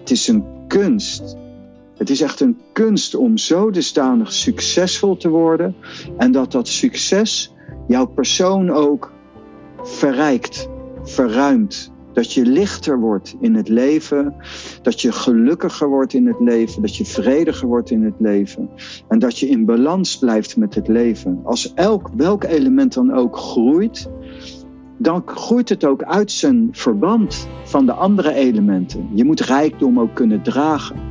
Het is een kunst. Het is echt een kunst om zo dusdanig succesvol te worden. En dat succes jouw persoon ook verrijkt, verruimt. Dat je lichter wordt in het leven. Dat je gelukkiger wordt in het leven. Dat je vrediger wordt in het leven. En dat je in balans blijft met het leven. Als welk element dan ook groeit, dan groeit het ook uit zijn verband van de andere elementen. Je moet rijkdom ook kunnen dragen.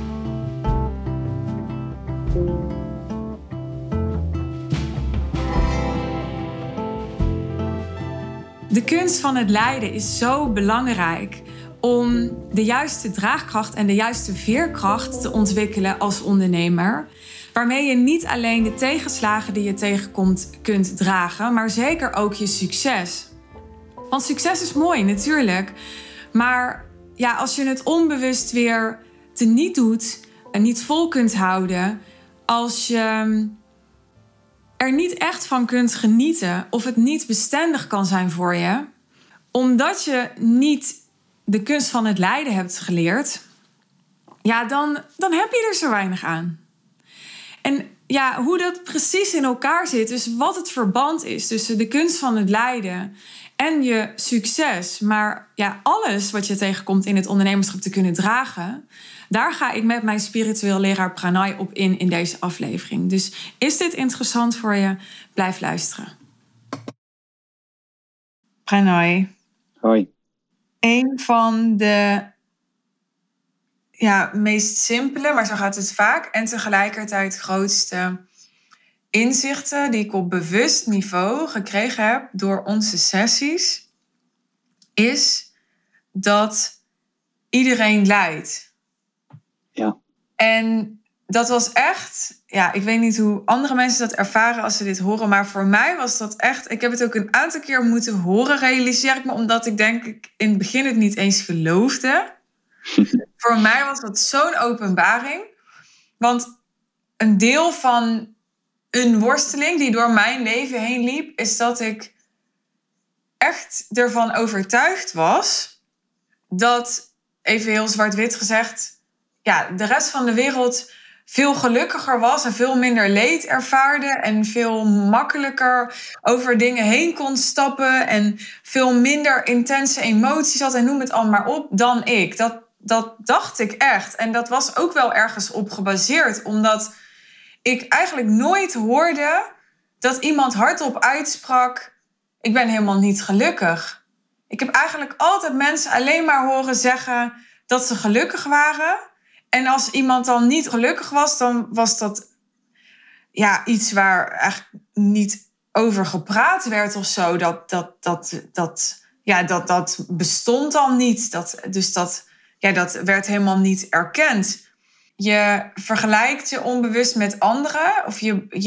De kunst van het leiden is zo belangrijk om de juiste draagkracht en de juiste veerkracht te ontwikkelen als ondernemer. Waarmee je niet alleen de tegenslagen die je tegenkomt kunt dragen, maar zeker ook je succes. Want succes is mooi, natuurlijk. Maar ja, als je het onbewust weer teniet doet en niet vol kunt houden, als je er niet echt van kunt genieten of het niet bestendig kan zijn voor je, omdat je niet de kunst van het leiden hebt geleerd, ja, dan heb je er zo weinig aan. En ja, hoe dat precies in elkaar zit, dus wat het verband is tussen de kunst van het leiden en je succes, maar ja, alles wat je tegenkomt in het ondernemerschap te kunnen dragen, daar ga ik met mijn spiritueel leraar Pranay op in deze aflevering. Dus is dit interessant voor je? Blijf luisteren. Pranay. Hoi. Een van de meest simpele, maar zo gaat het vaak, en tegelijkertijd grootste inzichten die ik op bewust niveau gekregen heb door onze sessies, is dat iedereen lijdt. Ja. En dat was echt, ik weet niet hoe andere mensen dat ervaren als ze dit horen, maar voor mij was dat echt, ik heb het ook een aantal keer moeten horen, realiseer ik me, omdat ik denk ik in het begin het niet eens geloofde. Voor mij was dat zo'n openbaring. Want een deel van een worsteling die door mijn leven heen liep, is dat ik echt ervan overtuigd was dat, even heel zwart-wit gezegd, de rest van de wereld veel gelukkiger was en veel minder leed ervaarde en veel makkelijker over dingen heen kon stappen en veel minder intense emoties had en noem het allemaal maar op dan ik. Dat dacht ik echt. En dat was ook wel ergens op gebaseerd, omdat ik eigenlijk nooit hoorde dat iemand hardop uitsprak: ik ben helemaal niet gelukkig. Ik heb eigenlijk altijd mensen alleen maar horen zeggen dat ze gelukkig waren. En als iemand dan niet gelukkig was, dan was dat iets waar eigenlijk niet over gepraat werd of zo. Dat bestond dan niet. Dat werd helemaal niet erkend. Je vergelijkt je onbewust met anderen. Of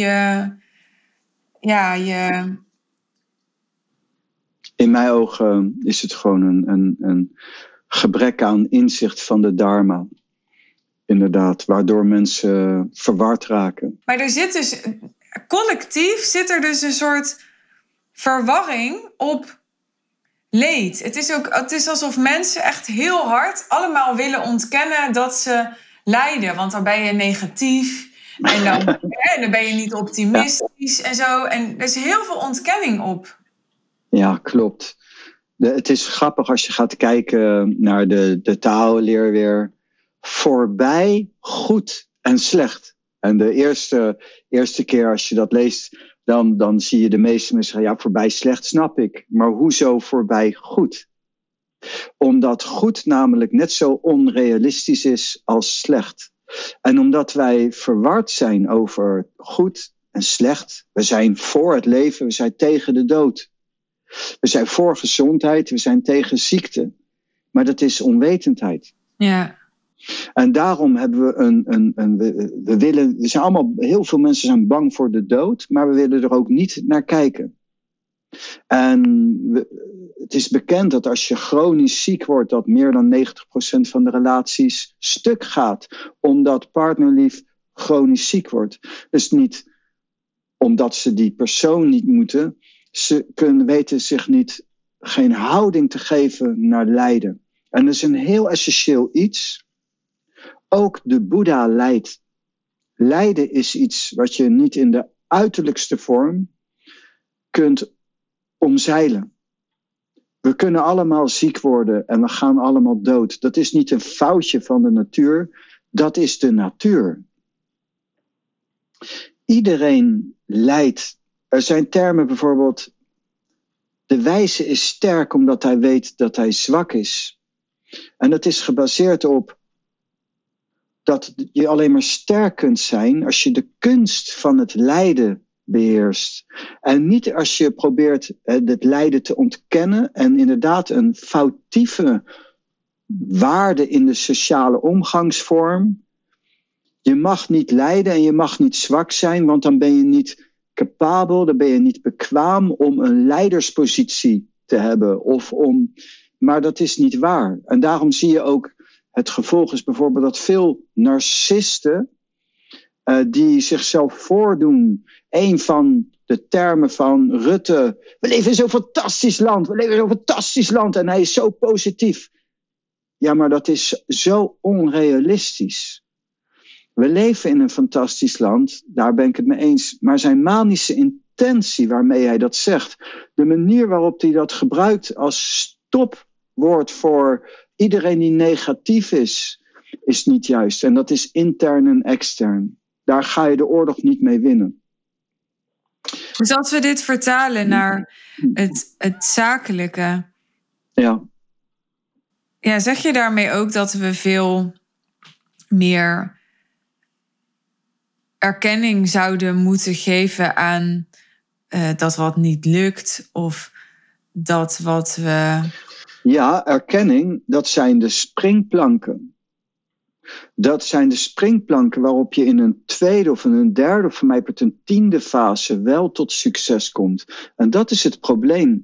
In mijn ogen is het gewoon een gebrek aan inzicht van de Dharma. Inderdaad, waardoor mensen verward raken. Maar er zit dus, collectief zit er dus een soort verwarring op leed. Het is alsof mensen echt heel hard allemaal willen ontkennen dat ze lijden. Want dan ben je negatief en dan ben je niet optimistisch en zo. En er is heel veel ontkenning op. Ja, klopt. Het is grappig als je gaat kijken naar de Tao-leer weer. Voorbij goed en slecht. En de eerste keer als je dat leest, dan zie je de meeste mensen zeggen, voorbij slecht snap ik. Maar hoezo voorbij goed? Omdat goed namelijk net zo onrealistisch is als slecht. En omdat wij verward zijn over goed en slecht. We zijn voor het leven, we zijn tegen de dood. We zijn voor gezondheid, we zijn tegen ziekte. Maar dat is onwetendheid. Ja. En daarom hebben we heel veel mensen zijn bang voor de dood, maar we willen er ook niet naar kijken. En het is bekend dat als je chronisch ziek wordt, dat meer dan 90% van de relaties stuk gaat, omdat partnerlief chronisch ziek wordt. Dus niet omdat ze die persoon niet moeten, ze weten zich geen houding te geven naar lijden. En dat is een heel essentieel iets. Ook de Boeddha lijdt. Lijden is iets wat je niet in de uiterlijkste vorm kunt omzeilen. We kunnen allemaal ziek worden en we gaan allemaal dood. Dat is niet een foutje van de natuur, dat is de natuur. Iedereen lijdt. Er zijn termen bijvoorbeeld, de wijze is sterk omdat hij weet dat hij zwak is. En dat is gebaseerd op dat je alleen maar sterk kunt zijn als je de kunst van het lijden beheerst. En niet als je probeert het lijden te ontkennen en inderdaad een foutieve waarde in de sociale omgangsvorm. Je mag niet lijden en je mag niet zwak zijn, want dan ben je niet capabel, dan ben je niet bekwaam om een leiderspositie te hebben. Maar dat is niet waar. En daarom zie je ook, het gevolg is bijvoorbeeld dat veel narcisten die zichzelf voordoen. Een van de termen van Rutte, we leven in zo'n fantastisch land, we leven in zo'n fantastisch land en hij is zo positief. Ja, maar dat is zo onrealistisch. We leven in een fantastisch land, daar ben ik het mee eens. Maar zijn manische intentie waarmee hij dat zegt, de manier waarop hij dat gebruikt als stopwoord voor iedereen die negatief is niet juist. En dat is intern en extern. Daar ga je de oorlog niet mee winnen. Dus als we dit vertalen naar het zakelijke. Ja. Ja, zeg je daarmee ook dat we veel meer erkenning zouden moeten geven aan dat wat niet lukt of dat wat we... Ja, erkenning, dat zijn de springplanken. Dat zijn de springplanken waarop je in een tweede of in een derde of voor mij per een 10e fase wel tot succes komt. En dat is het probleem.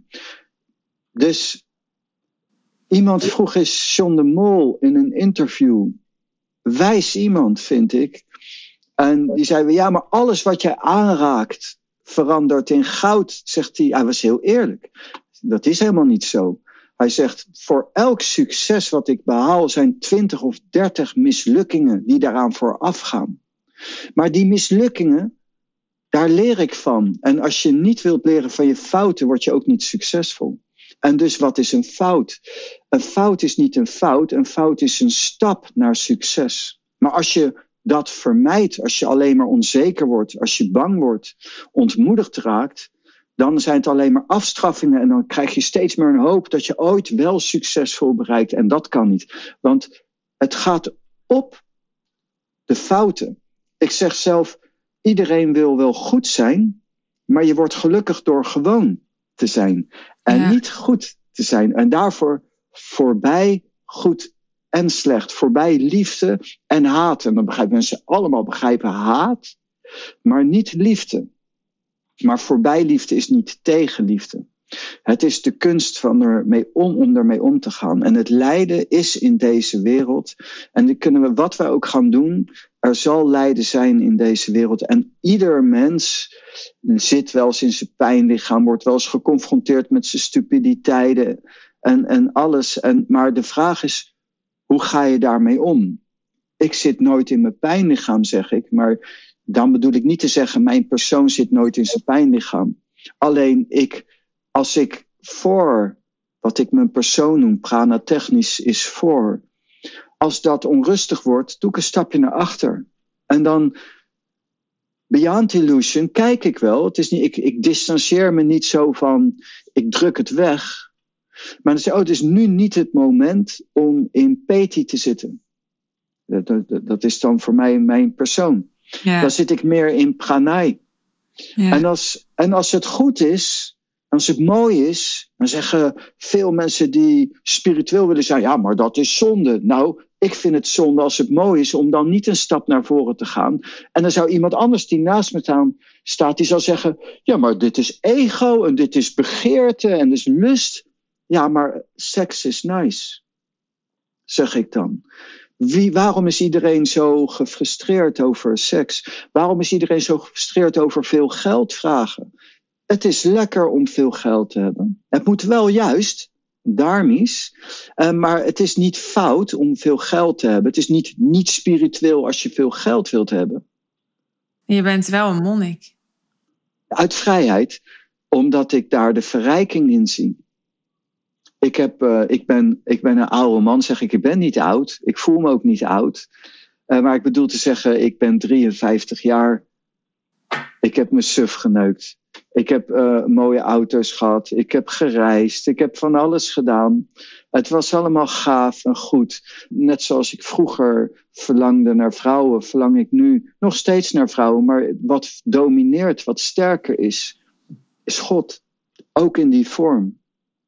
Dus iemand vroeg eens John de Mol in een interview, wijs iemand vind ik, en die zei, ja, maar alles wat jij aanraakt verandert in goud, zegt hij. Hij was heel eerlijk. Dat is helemaal niet zo. Hij zegt, voor elk succes wat ik behaal zijn 20 of 30 mislukkingen die daaraan vooraf gaan. Maar die mislukkingen, daar leer ik van. En als je niet wilt leren van je fouten, word je ook niet succesvol. En dus wat is een fout? Een fout is niet een fout is een stap naar succes. Maar als je dat vermijdt, als je alleen maar onzeker wordt, als je bang wordt, ontmoedigd raakt, dan zijn het alleen maar afstraffingen en dan krijg je steeds meer een hoop dat je ooit wel succesvol bereikt. En dat kan niet. Want het gaat op de fouten. Ik zeg zelf, iedereen wil wel goed zijn, maar je wordt gelukkig door gewoon te zijn. En niet goed te zijn. En daarvoor voorbij goed en slecht. Voorbij liefde en haat. En dan begrijpen mensen allemaal haat, maar niet liefde. Maar voorbij liefde is niet tegen liefde. Het is de kunst van om ermee om te gaan. En het lijden is in deze wereld. En dan kunnen we wat wij ook gaan doen. Er zal lijden zijn in deze wereld. En ieder mens zit wel eens in zijn pijnlichaam. Wordt wel eens geconfronteerd met zijn stupiditeiten. En alles. Maar de vraag is, hoe ga je daarmee om? Ik zit nooit in mijn pijnlichaam, zeg ik. Maar dan bedoel ik niet te zeggen, mijn persoon zit nooit in zijn pijnlichaam. Alleen als ik voor, wat ik mijn persoon noem, prana-technisch is voor. Als dat onrustig wordt, doe ik een stapje naar achter. En dan, beyond illusion, kijk ik wel. Het is niet, ik distancieer me niet zo van, ik druk het weg. Maar dan zeg ik, het is nu niet het moment om in peti te zitten. Dat is dan voor mij mijn persoon. Ja. Dan zit ik meer in pranay. Ja. En als het goed is, als het mooi is, dan zeggen veel mensen die spiritueel willen zijn, ja, maar dat is zonde. Nou, ik vind het zonde als het mooi is om dan niet een stap naar voren te gaan. En dan zou iemand anders die naast me staat, die zou zeggen, ja, maar dit is ego en dit is begeerte en dit is lust. Ja, maar seks is nice, zeg ik dan. Waarom is iedereen zo gefrustreerd over seks? Waarom is iedereen zo gefrustreerd over veel geld vragen? Het is lekker om veel geld te hebben. Het moet wel juist, dharmisch. Maar het is niet fout om veel geld te hebben. Het is niet spiritueel als je veel geld wilt hebben. Je bent wel een monnik. Uit vrijheid, omdat ik daar de verrijking in zie. Ik ben een oude man, zeg ik. Ik ben niet oud. Ik voel me ook niet oud. Maar ik bedoel te zeggen, ik ben 53 jaar. Ik heb me suf geneukt. Ik heb mooie auto's gehad. Ik heb gereisd. Ik heb van alles gedaan. Het was allemaal gaaf en goed. Net zoals ik vroeger verlangde naar vrouwen, verlang ik nu nog steeds naar vrouwen. Maar wat domineert, wat sterker is God. Ook in die vorm.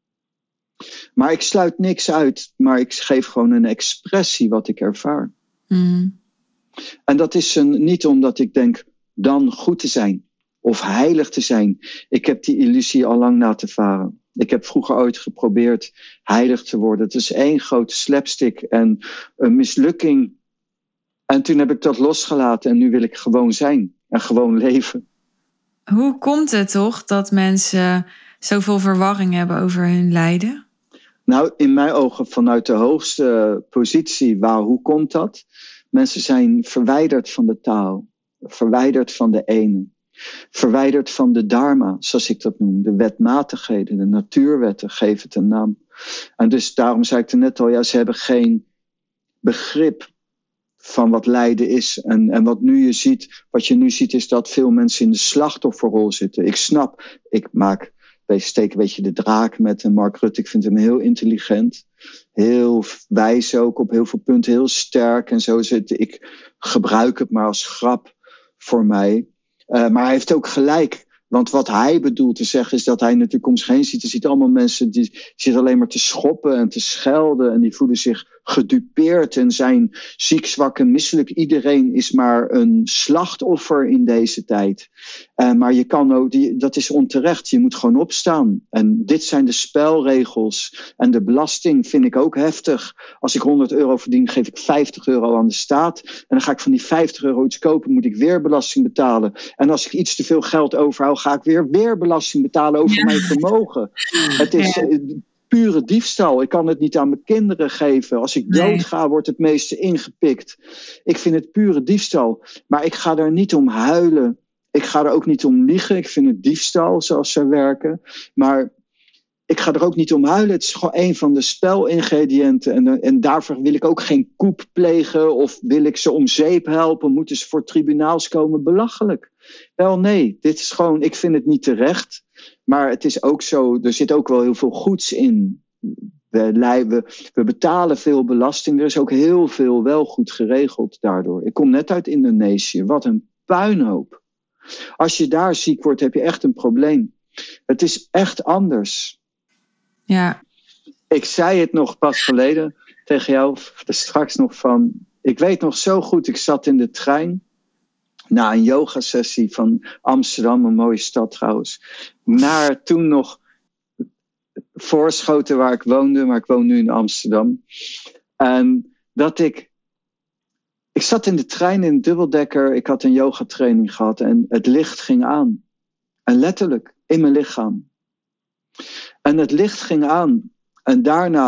Maar ik sluit niks uit. Maar ik geef gewoon een expressie wat ik ervaar. Mm. En dat is niet omdat ik denk dan goed te zijn. Of heilig te zijn. Ik heb die illusie al lang laten varen. Ik heb vroeger ooit geprobeerd heilig te worden. Het is één grote slapstick en een mislukking. En toen heb ik dat losgelaten en nu wil ik gewoon zijn. En gewoon leven. Hoe komt het toch dat mensen zoveel verwarring hebben over hun lijden? Nou, in mijn ogen vanuit de hoogste positie. Hoe komt dat? Mensen zijn verwijderd van de taal. Verwijderd van de ene. Verwijderd van de dharma, zoals ik dat noem. De wetmatigheden, de natuurwetten, geef het een naam. En dus daarom zei ik er net al, ja, ze hebben geen begrip van wat lijden is. En wat je nu ziet is dat veel mensen in de slachtofferrol zitten. Ik snap, steek een beetje de draak met Mark Rutte. Ik vind hem heel intelligent. Heel wijs ook op heel veel punten. Heel sterk en zo. Ik gebruik het maar als grap voor mij. Maar hij heeft ook gelijk. Want wat hij bedoelt te zeggen is dat hij natuurlijk om zich heen ziet. Er ziet allemaal mensen die zitten alleen maar te schoppen en te schelden. En die voelen zich gedupeerd en zijn ziek, zwak en misselijk. Iedereen is maar een slachtoffer in deze tijd. Maar je kan ook, dat is onterecht. Je moet gewoon opstaan. En dit zijn de spelregels. En de belasting vind ik ook heftig. Als ik €100 verdien, geef ik €50 aan de staat. En dan ga ik van die €50 iets kopen, moet ik weer belasting betalen. En als ik iets te veel geld overhoud, ga ik weer belasting betalen over mijn vermogen. Het is pure diefstal. Ik kan het niet aan mijn kinderen geven. Als ik doodga, wordt het meeste ingepikt. Ik vind het pure diefstal. Maar ik ga daar niet om huilen. Ik ga er ook niet om liegen. Ik vind het diefstal, zoals ze werken. Maar ik ga er ook niet om huilen. Het is gewoon een van de spelingrediënten. En daarvoor wil ik ook geen coup plegen. Of wil ik ze om zeep helpen. Moeten ze voor tribunaals komen? Belachelijk. Wel nee, dit is gewoon, ik vind het niet terecht. Maar het is ook zo, er zit ook wel heel veel goeds in. We betalen veel belasting. Er is ook heel veel wel goed geregeld daardoor. Ik kom net uit Indonesië. Wat een puinhoop. Als je daar ziek wordt, heb je echt een probleem. Het is echt anders. Ja. Ik zei het nog pas geleden tegen jou, straks nog van. Ik weet nog zo goed, ik zat in de trein. Na een yogasessie van Amsterdam, een mooie stad trouwens. Naar toen nog Voorschoten waar ik woonde, maar ik woon nu in Amsterdam. En dat ik zat in de trein in een dubbeldekker. Ik had een yogatraining gehad en het licht ging aan. En letterlijk, in mijn lichaam. En het licht ging aan. En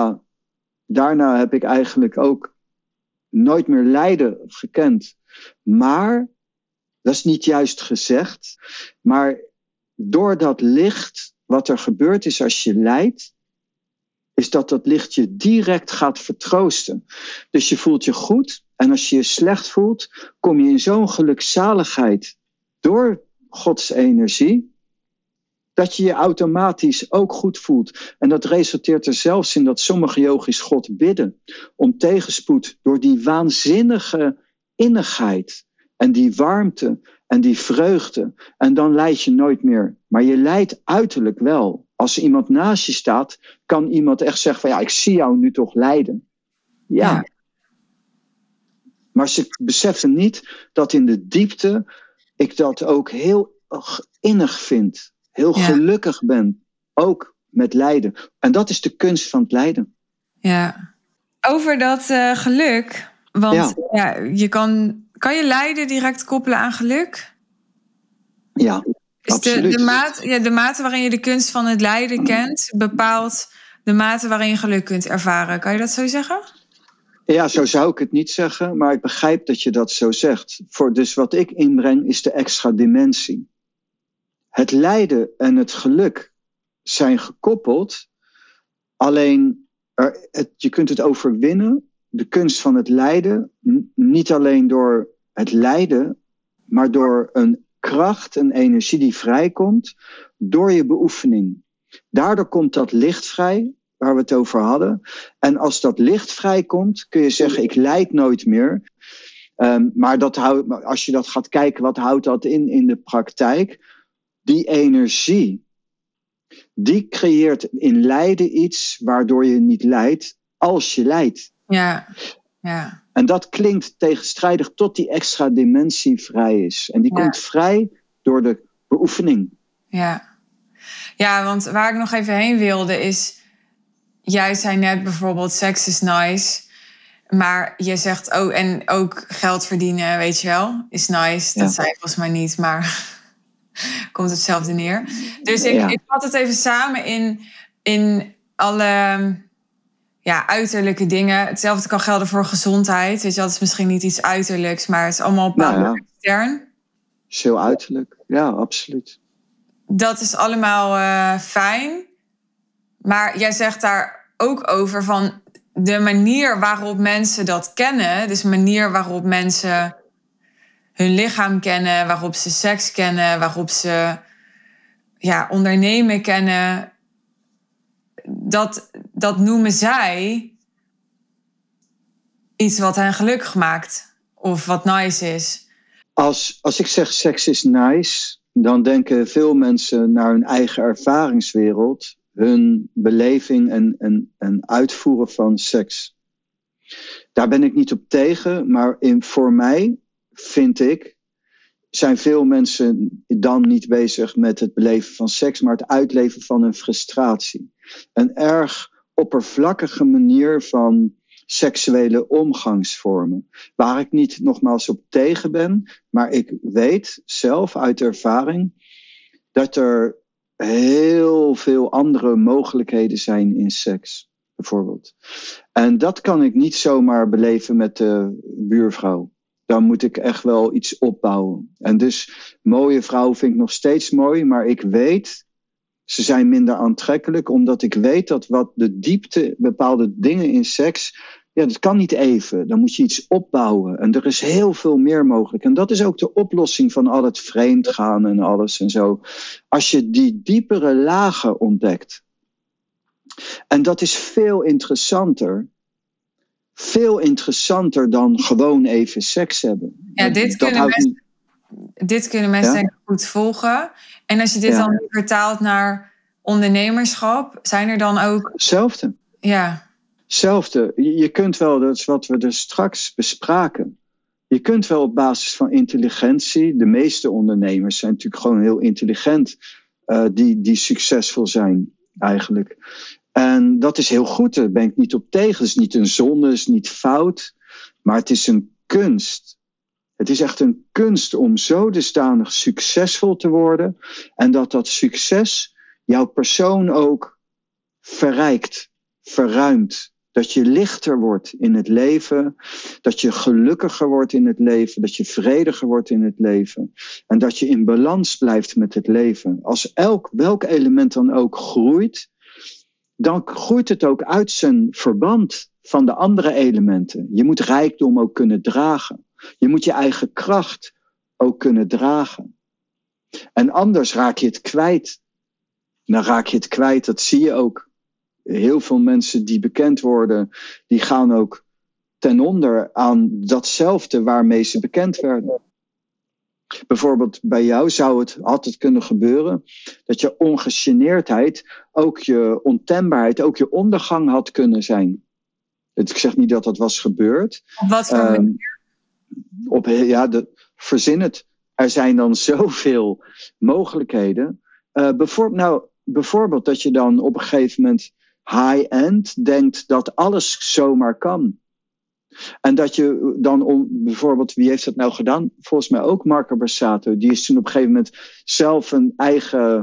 daarna heb ik eigenlijk ook nooit meer lijden gekend. Maar, dat is niet juist gezegd, maar door dat licht, wat er gebeurt is als je lijdt, is dat licht je direct gaat vertroosten. Dus je voelt je goed en als je je slecht voelt, kom je in zo'n gelukzaligheid door Gods energie, dat je je automatisch ook goed voelt. En dat resulteert er zelfs in dat sommige yogis God bidden om tegenspoed door die waanzinnige innigheid en die warmte en die vreugde. En dan lijd je nooit meer. Maar je lijdt uiterlijk wel. Als er iemand naast je staat, kan iemand echt zeggen van ja, ik zie jou nu toch lijden. Ja. Maar ze beseffen niet dat in de diepte ik dat ook heel innig vind. Heel gelukkig ben. Ook met lijden. En dat is de kunst van het lijden. Ja. Over dat geluk. Want je kan je lijden direct koppelen aan geluk? Ja, is absoluut. de mate waarin je de kunst van het lijden kent, bepaalt de mate waarin je geluk kunt ervaren. Kan je dat zo zeggen? Ja, zo zou ik het niet zeggen, maar ik begrijp dat je dat zo zegt. Dus wat ik inbreng is de extra dimensie. Het lijden en het geluk zijn gekoppeld, alleen je kunt het overwinnen, de kunst van het lijden, niet alleen door het lijden, maar door een kracht, een energie die vrijkomt door je beoefening. Daardoor komt dat licht vrij, waar we het over hadden. En als dat licht vrijkomt, kun je zeggen, ik lijd nooit meer. Maar als je dat gaat kijken, wat houdt dat in de praktijk? Die energie, die creëert in lijden iets waardoor je niet lijdt als je lijdt. Ja. En dat klinkt tegenstrijdig tot die extra dimensie vrij is. En die komt vrij door de beoefening. Ja, want waar ik nog even heen wilde is, jij zei net bijvoorbeeld seks is nice, maar je zegt en ook geld verdienen, weet je wel, is nice. Dat zei je volgens mij niet, maar komt hetzelfde neer. Dus ik vat het even samen in alle uiterlijke dingen. Hetzelfde kan gelden voor gezondheid. Weet je, dat is misschien niet iets uiterlijks, maar het is allemaal extern. Is heel uiterlijk, ja, absoluut. Dat is allemaal fijn. Maar jij zegt daar ook over van de manier waarop mensen dat kennen. Dus de manier waarop mensen hun lichaam kennen, waarop ze seks kennen, waarop ze ondernemen kennen. Dat noemen zij iets wat hen gelukkig maakt. Of wat nice is. Als ik zeg seks is nice, dan denken veel mensen naar hun eigen ervaringswereld, hun beleving en uitvoeren van seks. Daar ben ik niet op tegen, maar voor mij, vind ik, zijn veel mensen dan niet bezig met het beleven van seks, maar het uitleven van hun frustratie. Een erg oppervlakkige manier van seksuele omgangsvormen. Waar ik niet nogmaals op tegen ben, maar ik weet zelf uit ervaring dat er heel veel andere mogelijkheden zijn in seks, bijvoorbeeld. En dat kan ik niet zomaar beleven met de buurvrouw. Dan moet ik echt wel iets opbouwen. En dus mooie vrouwen vind ik nog steeds mooi, maar ik weet, ze zijn minder aantrekkelijk, omdat ik weet dat wat de diepte, bepaalde dingen in seks, dat kan niet even. Dan moet je iets opbouwen. En er is heel veel meer mogelijk. En dat is ook de oplossing van al het vreemdgaan en alles en zo. Als je die diepere lagen ontdekt. En dat is veel interessanter. Veel interessanter dan gewoon even seks hebben. Ja, dit kunnen mensen denk ik goed volgen. En als je dit dan vertaalt naar ondernemerschap, zijn er dan ook... Hetzelfde. Ja. Hetzelfde. Je kunt wel, dat is wat we er straks bespraken. Je kunt wel op basis van intelligentie, de meeste ondernemers zijn natuurlijk gewoon heel intelligent, die succesvol zijn eigenlijk. En dat is heel goed, daar ben ik niet op tegen. Het is niet een zonde, het is niet fout, maar het is een kunst. Het is echt een kunst om zo dusdanig succesvol te worden en dat succes jouw persoon ook verrijkt, verruimt. Dat je lichter wordt in het leven, dat je gelukkiger wordt in het leven, dat je vrediger wordt in het leven en dat je in balans blijft met het leven. Als welk element dan ook groeit, dan groeit het ook uit zijn verband van de andere elementen. Je moet rijkdom ook kunnen dragen. Je moet je eigen kracht ook kunnen dragen. En anders raak je het kwijt. Dan raak je het kwijt, dat zie je ook. Heel veel mensen die bekend worden, die gaan ook ten onder aan datzelfde waarmee ze bekend werden. Bijvoorbeeld bij jou zou het altijd kunnen gebeuren dat je ongegeneerdheid, ook je ontembaarheid, ook je ondergang had kunnen zijn. Ik zeg niet dat dat was gebeurd. Op wat voor manier? Verzin het. Er zijn dan zoveel mogelijkheden. Bijvoorbeeld dat je dan op een gegeven moment high-end denkt dat alles zomaar kan. En dat je dan bijvoorbeeld, wie heeft dat nou gedaan? Volgens mij ook Marco Borsato. Die is toen op een gegeven moment zelf een eigen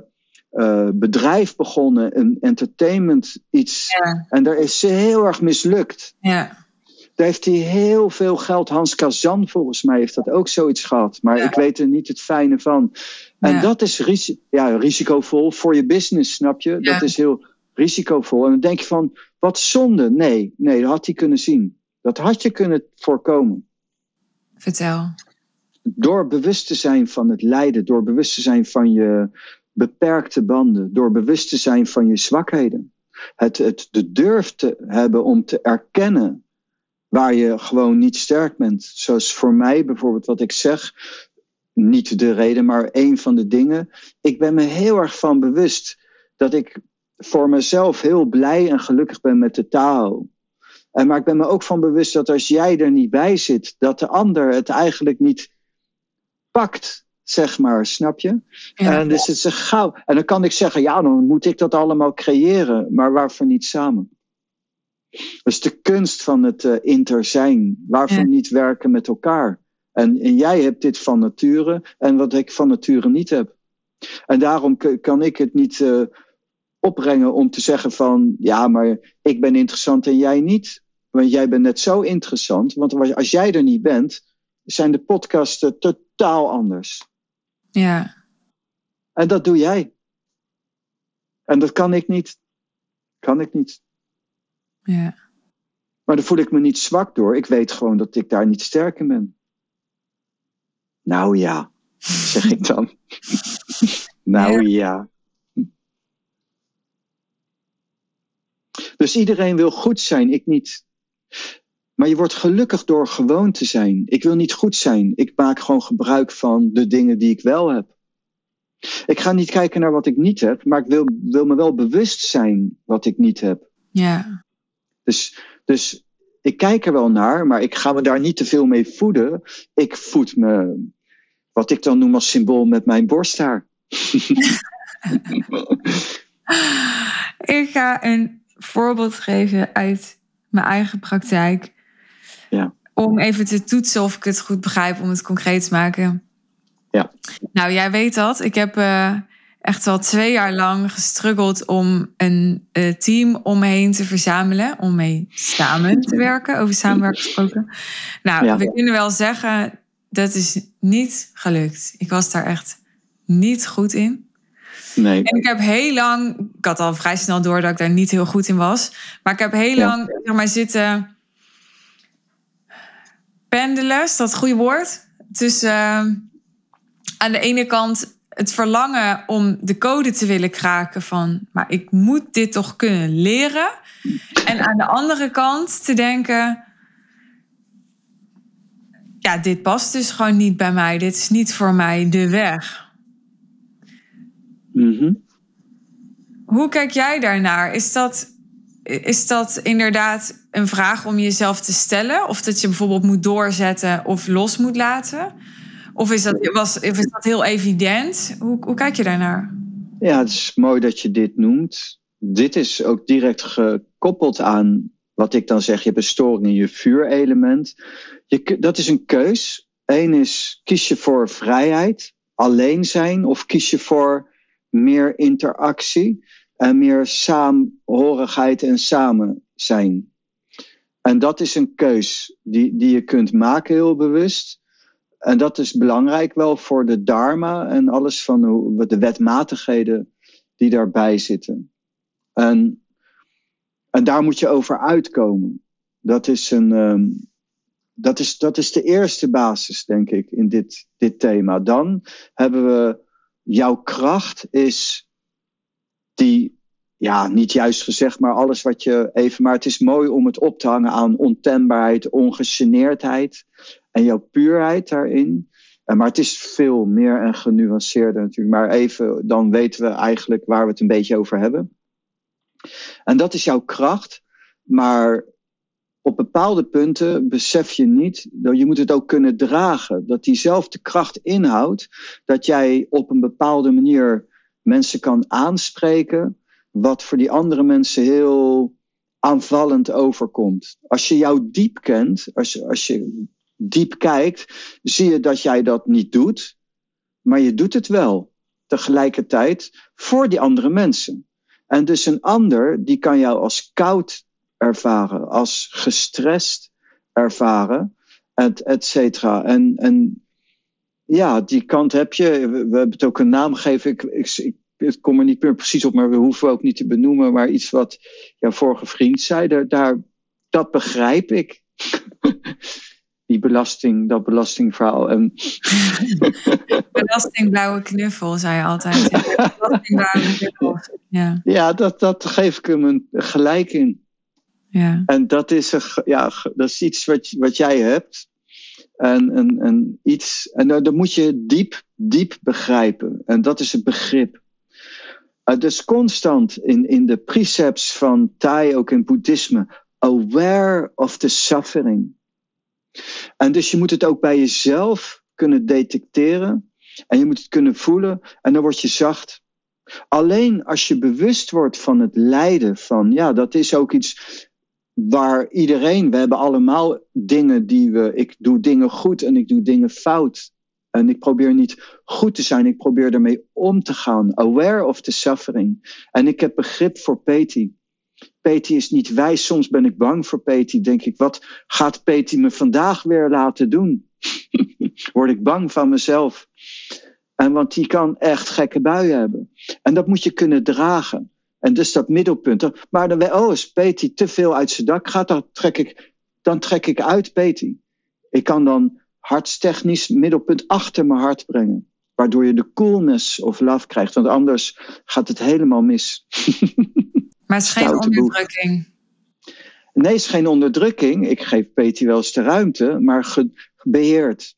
bedrijf begonnen, een entertainment iets. Ja. En daar is ze heel erg mislukt. Ja. Daar heeft hij heel veel geld. Hans Kazan volgens mij heeft dat ook zoiets gehad. Maar ik weet er niet het fijne van. En dat is risicovol voor je business, snap je? Ja. Dat is heel risicovol. En dan denk je van, wat zonde. Nee, dat had hij kunnen zien. Dat had je kunnen voorkomen. Vertel. Door bewust te zijn van het lijden. Door bewust te zijn van je beperkte banden. Door bewust te zijn van je zwakheden. De durf te hebben om te erkennen waar je gewoon niet sterk bent. Zoals voor mij bijvoorbeeld wat ik zeg. Niet de reden, maar een van de dingen. Ik ben me heel erg van bewust dat ik voor mezelf heel blij en gelukkig ben met de Tao. Maar ik ben me ook van bewust dat als jij er niet bij zit, dat de ander het eigenlijk niet pakt, zeg maar, snap je? Ja. En dus het is een gauw. En dan kan ik zeggen, ja, dan moet ik dat allemaal creëren, maar waarvoor niet samen? Dat is de kunst van het inter zijn. Waarvoor niet werken met elkaar? En jij hebt dit van nature en wat ik van nature niet heb. En daarom kan ik het niet opbrengen om te zeggen van, ja, maar ik ben interessant en jij niet. Want jij bent net zo interessant. Want als jij er niet bent, zijn de podcasten totaal anders. Ja. En dat doe jij. En dat kan ik niet. Kan ik niet. Ja. Maar daar voel ik me niet zwak door. Ik weet gewoon dat ik daar niet sterk in ben. Nou ja, zeg ik dan. Nou ja. Dus iedereen wil goed zijn, ik niet. Maar je wordt gelukkig door gewoon te zijn. Ik wil niet goed zijn. Ik maak gewoon gebruik van de dingen die ik wel heb. Ik ga niet kijken naar wat ik niet heb, maar ik wil me wel bewust zijn wat ik niet heb. Ja. Dus ik kijk er wel naar, maar ik ga me daar niet te veel mee voeden. Ik voed me, wat ik dan noem als symbool, met mijn borsthaar. Ik ga een voorbeeld geven uit mijn eigen praktijk. Ja. Om even te toetsen of ik het goed begrijp, om het concreet te maken. Ja. Nou, jij weet dat. Ik heb echt al 2 jaar lang gestruggeld om een team om me heen te verzamelen. Om mee samen te werken. Over samenwerken gesproken. Nou, we kunnen wel zeggen, dat is niet gelukt. Ik was daar echt niet goed in. Nee. En ik heb heel lang, ik had al vrij snel door dat ik daar niet heel goed in was. Maar ik heb heel lang zeg maar, zitten pendelen, is dat het goede woord? Tussen aan de ene kant het verlangen om de code te willen kraken van, maar ik moet dit toch kunnen leren. En aan de andere kant te denken, ja, dit past dus gewoon niet bij mij. Dit is niet voor mij de weg. Mm-hmm. Hoe kijk jij daarnaar? Is dat inderdaad een vraag om jezelf te stellen? Of dat je bijvoorbeeld moet doorzetten of los moet laten? Of is dat heel evident? Hoe kijk je daarnaar? Ja, het is mooi dat je dit noemt. Dit is ook direct gekoppeld aan wat ik dan zeg. Je hebt een storing in je vuurelement. Dat is een keus. Eén is, kies je voor vrijheid, alleen zijn, of kies je voor meer interactie en meer saamhorigheid en samen zijn. En dat is een keus die je kunt maken heel bewust. En dat is belangrijk wel voor de dharma en alles van de wetmatigheden die daarbij zitten. En daar moet je over uitkomen. Dat is de eerste basis, denk ik, in dit thema. Dan hebben we jouw kracht is die, ja, niet juist gezegd, maar alles wat je even... Maar het is mooi om het op te hangen aan ontembaarheid, ongegeneerdheid en jouw puurheid daarin. Maar het is veel meer en genuanceerder natuurlijk. Maar even, dan weten we eigenlijk waar we het een beetje over hebben. En dat is jouw kracht, maar op bepaalde punten besef je niet, je moet het ook kunnen dragen. Dat diezelfde kracht inhoudt, dat jij op een bepaalde manier mensen kan aanspreken, wat voor die andere mensen heel aanvallend overkomt. Als je jou diep kent, als je diep kijkt, zie je dat jij dat niet doet, maar je doet het wel. tegelijkertijd voor die andere mensen. En dus een ander, die kan jou als koud ervaren, als gestrest ervaren, et cetera. En ja, die kant heb je. We hebben het ook een naam gegeven. Ik kom er niet meer precies op, maar we hoeven ook niet te benoemen. Maar iets wat jouw vorige vriend zei, dat begrijp ik. Dat belastingverhaal. Belastingblauwe knuffel, zei je altijd. Ja, belastingblauwe knuffel. Ja, dat geef ik hem een gelijk in. Ja. En dat is iets wat jij hebt. En dat moet je diep begrijpen. En dat is het begrip. Dus constant in de precepts van Thai, ook in boeddhisme, aware of the suffering. En dus je moet het ook bij jezelf kunnen detecteren. En je moet het kunnen voelen. En dan word je zacht. Alleen als je bewust wordt van het lijden van, dat is ook iets waar we hebben allemaal dingen ik doe dingen goed en ik doe dingen fout. En ik probeer niet goed te zijn, ik probeer ermee om te gaan. Aware of the suffering. En ik heb begrip voor Peti. Peti is niet wijs, soms ben ik bang voor Peti. Denk ik, wat gaat Peti me vandaag weer laten doen? Word ik bang van mezelf. Want die kan echt gekke buien hebben. En dat moet je kunnen dragen. En dus dat middelpunt. Maar dan als Peti te veel uit zijn dak gaat, dan trek ik uit Peti. Ik kan dan hartstechnisch middelpunt achter mijn hart brengen. Waardoor je de coolness of love krijgt. Want anders gaat het helemaal mis. Maar het is geen onderdrukking. Nee, het is geen onderdrukking. Ik geef Peti wel eens de ruimte, maar beheerd.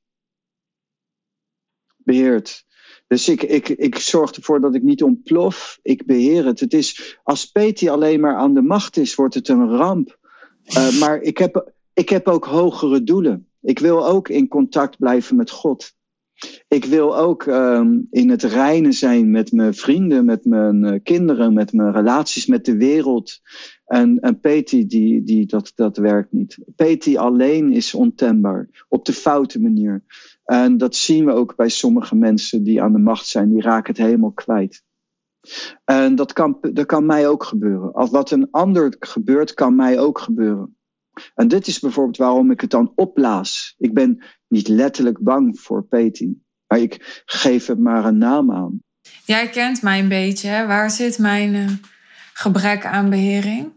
Beheerd. Dus ik zorg ervoor dat ik niet ontplof. Ik beheer het. Het is, als Peti alleen maar aan de macht is, wordt het een ramp. Maar ik heb ook hogere doelen. Ik wil ook in contact blijven met God. Ik wil ook in het reinen zijn met mijn vrienden, met mijn kinderen, met mijn relaties met de wereld. En Peti, dat werkt niet. Peti alleen is ontembaar, op de foute manier. En dat zien we ook bij sommige mensen die aan de macht zijn. Die raken het helemaal kwijt. En dat kan mij ook gebeuren. Als wat een ander gebeurt, kan mij ook gebeuren. En dit is bijvoorbeeld waarom ik het dan opblaas. Ik ben niet letterlijk bang voor Peti. Maar ik geef het maar een naam aan. Jij kent mij een beetje. Hè? Waar zit mijn gebrek aan behering?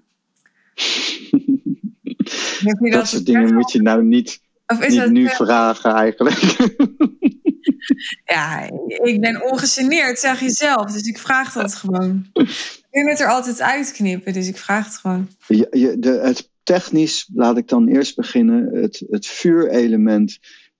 Dat soort dingen moet je nou niet nu vragen eigenlijk. Ja, ik ben ongegeneerd, zeg je zelf. Dus ik vraag dat gewoon. Ik wil het er altijd uitknippen, dus ik vraag het gewoon. Het technisch, laat ik dan eerst beginnen. Het vuurelement,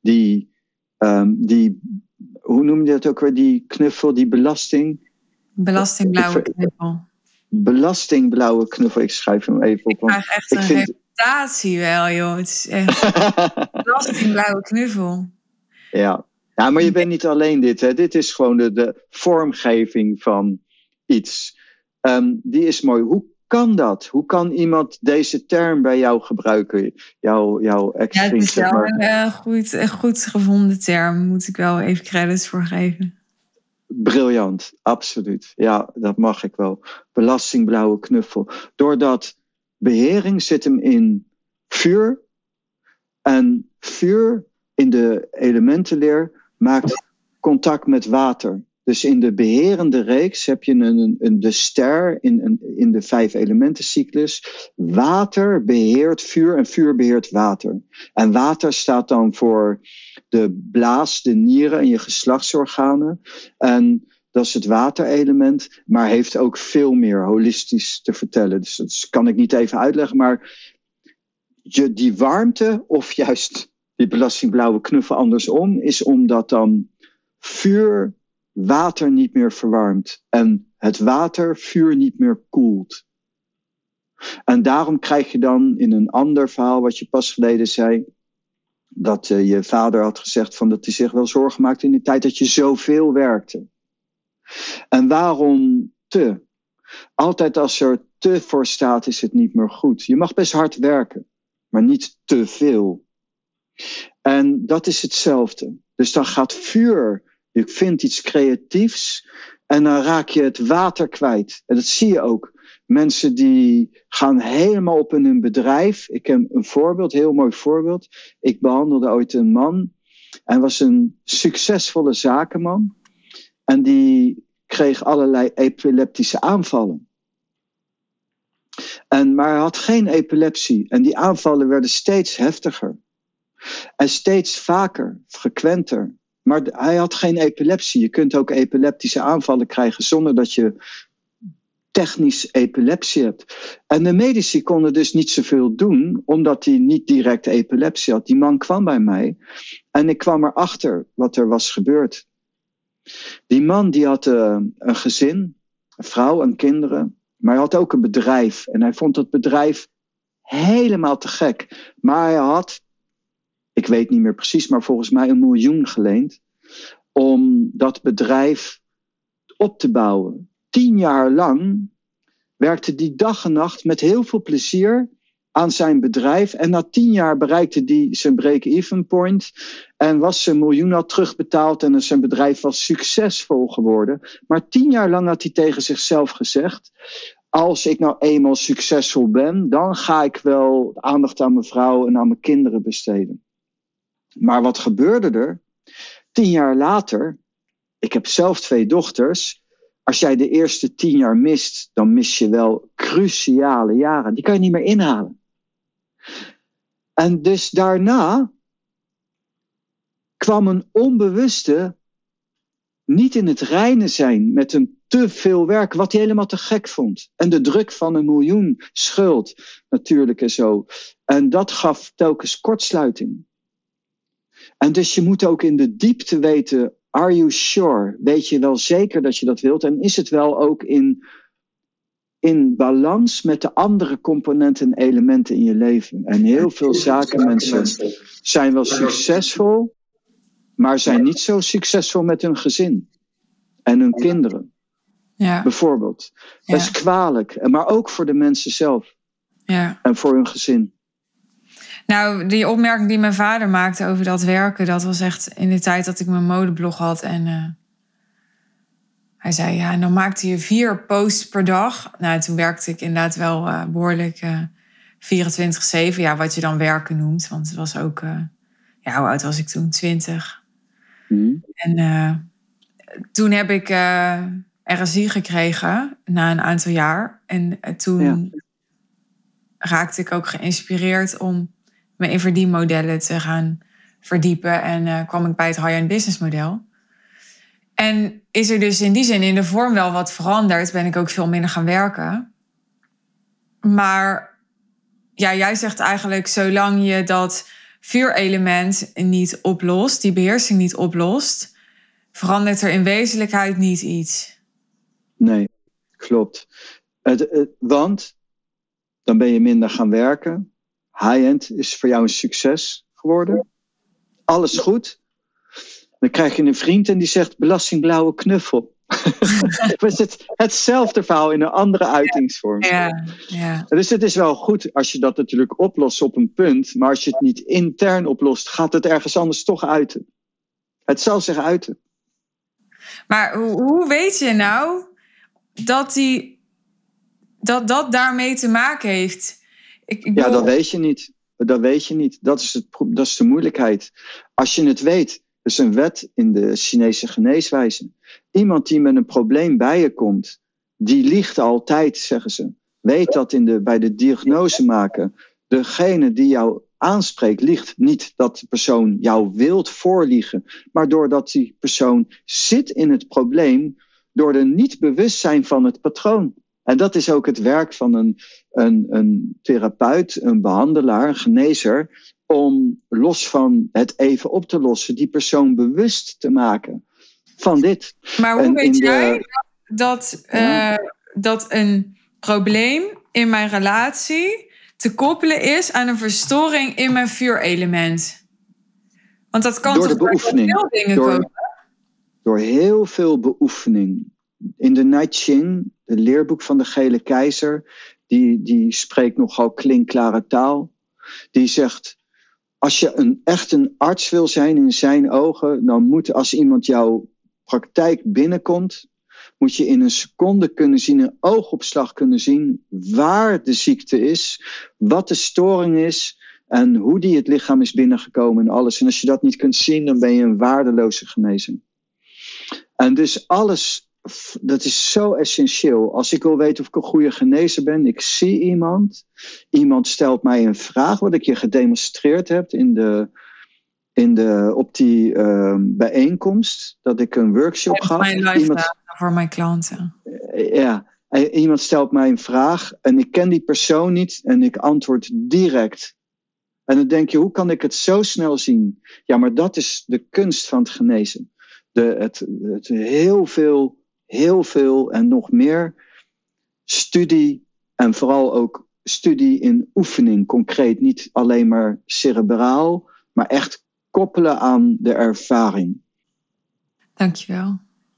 hoe noem je dat ook weer? Die knuffel, die belasting. Belastingblauwe knuffel. Belastingblauwe knuffel, ik schrijf hem even op. Ik krijg echt een reputatie wel, joh. Het is echt belastingblauwe knuffel. Ja, maar je bent niet alleen dit. Hè. Dit is gewoon de vormgeving van iets. Die is mooi. Hoe kan dat? Hoe kan iemand deze term bij jou gebruiken? Jouw ex-vriend, ja, het is wel een goed gevonden term. Moet ik wel even credits voor geven. Briljant, absoluut. Ja, dat mag ik wel. Belastingblauwe knuffel. Doordat behering zit hem in vuur. En vuur in de elementenleer maakt contact met water. Dus in de beherende reeks heb je de ster in de 5 elementencyclus. Water beheert vuur en vuur beheert water. En water staat dan voor de blaas, de nieren en je geslachtsorganen. En dat is het waterelement, maar heeft ook veel meer holistisch te vertellen. Dus dat kan ik niet even uitleggen, maar die warmte, of juist die belastingblauwe knuffel andersom, is omdat dan vuur water niet meer verwarmt en het water vuur niet meer koelt. En daarom krijg je dan in een ander verhaal wat je pas geleden zei, dat je vader had gezegd dat hij zich wel zorgen maakte in de tijd dat je zoveel werkte. En waarom te? Altijd als er te voor staat is het niet meer goed. Je mag best hard werken, maar niet te veel. En dat is hetzelfde. Dus dan gaat vuur Je vindt iets creatiefs en dan raak je het water kwijt. En dat zie je ook. Mensen die gaan helemaal op in hun bedrijf. Ik heb een voorbeeld, een heel mooi voorbeeld. Ik behandelde ooit een man. Hij was een succesvolle zakenman. En die kreeg allerlei epileptische aanvallen. Maar hij had geen epilepsie. En die aanvallen werden steeds heftiger. En steeds vaker, frequenter. Maar hij had geen epilepsie. Je kunt ook epileptische aanvallen krijgen zonder dat je technisch epilepsie hebt. En de medici konden dus niet zoveel doen, omdat hij niet direct epilepsie had. Die man kwam bij mij en ik kwam erachter wat er was gebeurd. Die man die had een gezin, een vrouw en kinderen, maar hij had ook een bedrijf. En hij vond dat bedrijf helemaal te gek. Maar hij had, ik weet niet meer precies, maar volgens mij 1 miljoen geleend om dat bedrijf op te bouwen. 10 jaar lang werkte hij dag en nacht met heel veel plezier aan zijn bedrijf. En na 10 jaar bereikte hij zijn break-even point. En was zijn miljoen al terugbetaald en zijn bedrijf was succesvol geworden. Maar 10 jaar lang had hij tegen zichzelf gezegd: als ik nou eenmaal succesvol ben, dan ga ik wel aandacht aan mijn vrouw en aan mijn kinderen besteden. Maar wat gebeurde er? 10 jaar later, ik heb zelf 2 dochters. Als jij de eerste 10 jaar mist, dan mis je wel cruciale jaren. Die kan je niet meer inhalen. En dus daarna kwam een onbewuste niet in het reine zijn met een te veel werk, wat hij helemaal te gek vond. En de druk van 1 miljoen schuld natuurlijk en zo. En dat gaf telkens kortsluiting. En dus je moet ook in de diepte weten: are you sure? Weet je wel zeker dat je dat wilt? En is het wel ook in balans met de andere componenten en elementen in je leven? En heel veel zakenmensen zijn wel succesvol, maar zijn niet zo succesvol met hun gezin en hun kinderen. Ja. Bijvoorbeeld. Dat is kwalijk, maar ook voor de mensen zelf. Ja. En voor hun gezin. Nou, die opmerking die mijn vader maakte over dat werken, dat was echt in de tijd dat ik mijn modeblog had. En hij zei, ja, dan maakte je 4 posts per dag. Nou, toen werkte ik inderdaad wel behoorlijk 24/7. Ja, wat je dan werken noemt. Want het was ook, hoe oud was ik toen? 20. Mm. En toen heb ik RSI gekregen na een aantal jaar. En toen raakte ik ook geïnspireerd om me in verdienmodellen te gaan verdiepen. En kwam ik bij het high-end business model. En is er dus in die zin in de vorm wel wat veranderd. Ben ik ook veel minder gaan werken. Maar ja, jij zegt eigenlijk, zolang je dat vuurelement niet oplost, die beheersing niet oplost, verandert er in wezenlijkheid niet iets. Nee, klopt. Want dan ben je minder gaan werken. High-end is voor jou een succes geworden. Alles goed. Dan krijg je een vriend en die zegt belastingblauwe knuffel. Hetzelfde verhaal in een andere uitingsvorm. Ja. Dus het is wel goed als je dat natuurlijk oplost op een punt. Maar als je het niet intern oplost, gaat het ergens anders toch uiten. Het zal zich uiten. Maar hoe weet je nou dat daarmee te maken heeft? Ja, dat weet je niet. Dat is de moeilijkheid. Als je het weet. Er is een wet in de Chinese geneeswijze. Iemand die met een probleem bij je komt, die liegt altijd, zeggen ze. Weet dat bij de diagnose maken. Degene die jou aanspreekt, liegt niet dat de persoon jou wilt voorliegen. Maar doordat die persoon zit in het probleem, door de niet-bewustzijn van het patroon. En dat is ook het werk van een therapeut, een behandelaar, een genezer, om los van het even op te lossen, die persoon bewust te maken van dit. Maar hoe weet jij dat een probleem in mijn relatie te koppelen is aan een verstoring in mijn vuurelement? Want dat kan door toch de beoefening. Veel dingen komen? Door heel veel beoefening. In de I Ching, het leerboek van de Gele Keizer, die spreekt nogal klinkklare taal. Die zegt, als je echt een arts wil zijn in zijn ogen, dan moet, als iemand jou praktijk binnenkomt, moet je in een seconde kunnen zien, een oogopslag kunnen zien waar de ziekte is, wat de storing is en hoe die het lichaam is binnengekomen en alles. En als je dat niet kunt zien, dan ben je een waardeloze genezing. En dus alles, dat is zo essentieel. Als ik wil weten of ik een goede genezer ben, ik zie iemand stelt mij een vraag, wat ik je gedemonstreerd heb op die bijeenkomst, dat ik een workshop gaf. Mijn live voor mijn klanten. Ja, iemand stelt mij een vraag en ik ken die persoon niet en ik antwoord direct. En dan denk je, hoe kan ik het zo snel zien? Ja, maar dat is de kunst van het genezen. Het heel veel en nog meer studie en vooral ook studie in oefening, concreet. Niet alleen maar cerebraal, maar echt koppelen aan de ervaring. Dankjewel.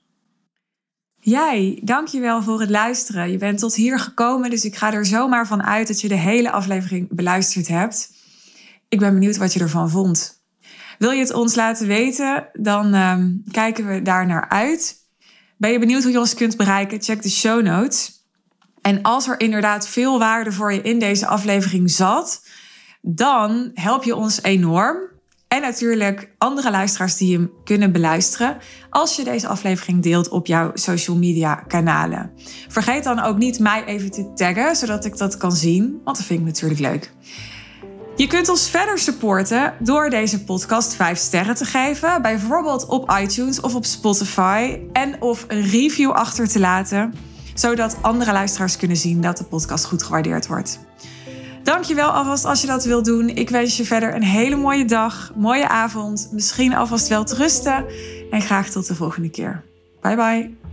Jij, dankjewel voor het luisteren. Je bent tot hier gekomen, dus ik ga er zomaar van uit dat je de hele aflevering beluisterd hebt. Ik ben benieuwd wat je ervan vond. Wil je het ons laten weten, dan kijken we daar naar uit. Ben je benieuwd hoe je ons kunt bereiken? Check de show notes. En als er inderdaad veel waarde voor je in deze aflevering zat, dan help je ons enorm. En natuurlijk andere luisteraars die hem kunnen beluisteren als je deze aflevering deelt op jouw social media kanalen. Vergeet dan ook niet mij even te taggen, zodat ik dat kan zien, want dat vind ik natuurlijk leuk. Je kunt ons verder supporten door deze podcast 5 sterren te geven, bijvoorbeeld op iTunes of op Spotify, en of een review achter te laten, zodat andere luisteraars kunnen zien dat de podcast goed gewaardeerd wordt. Dankjewel alvast als je dat wilt doen. Ik wens je verder een hele mooie dag, mooie avond, misschien alvast wel te rusten en graag tot de volgende keer. Bye bye.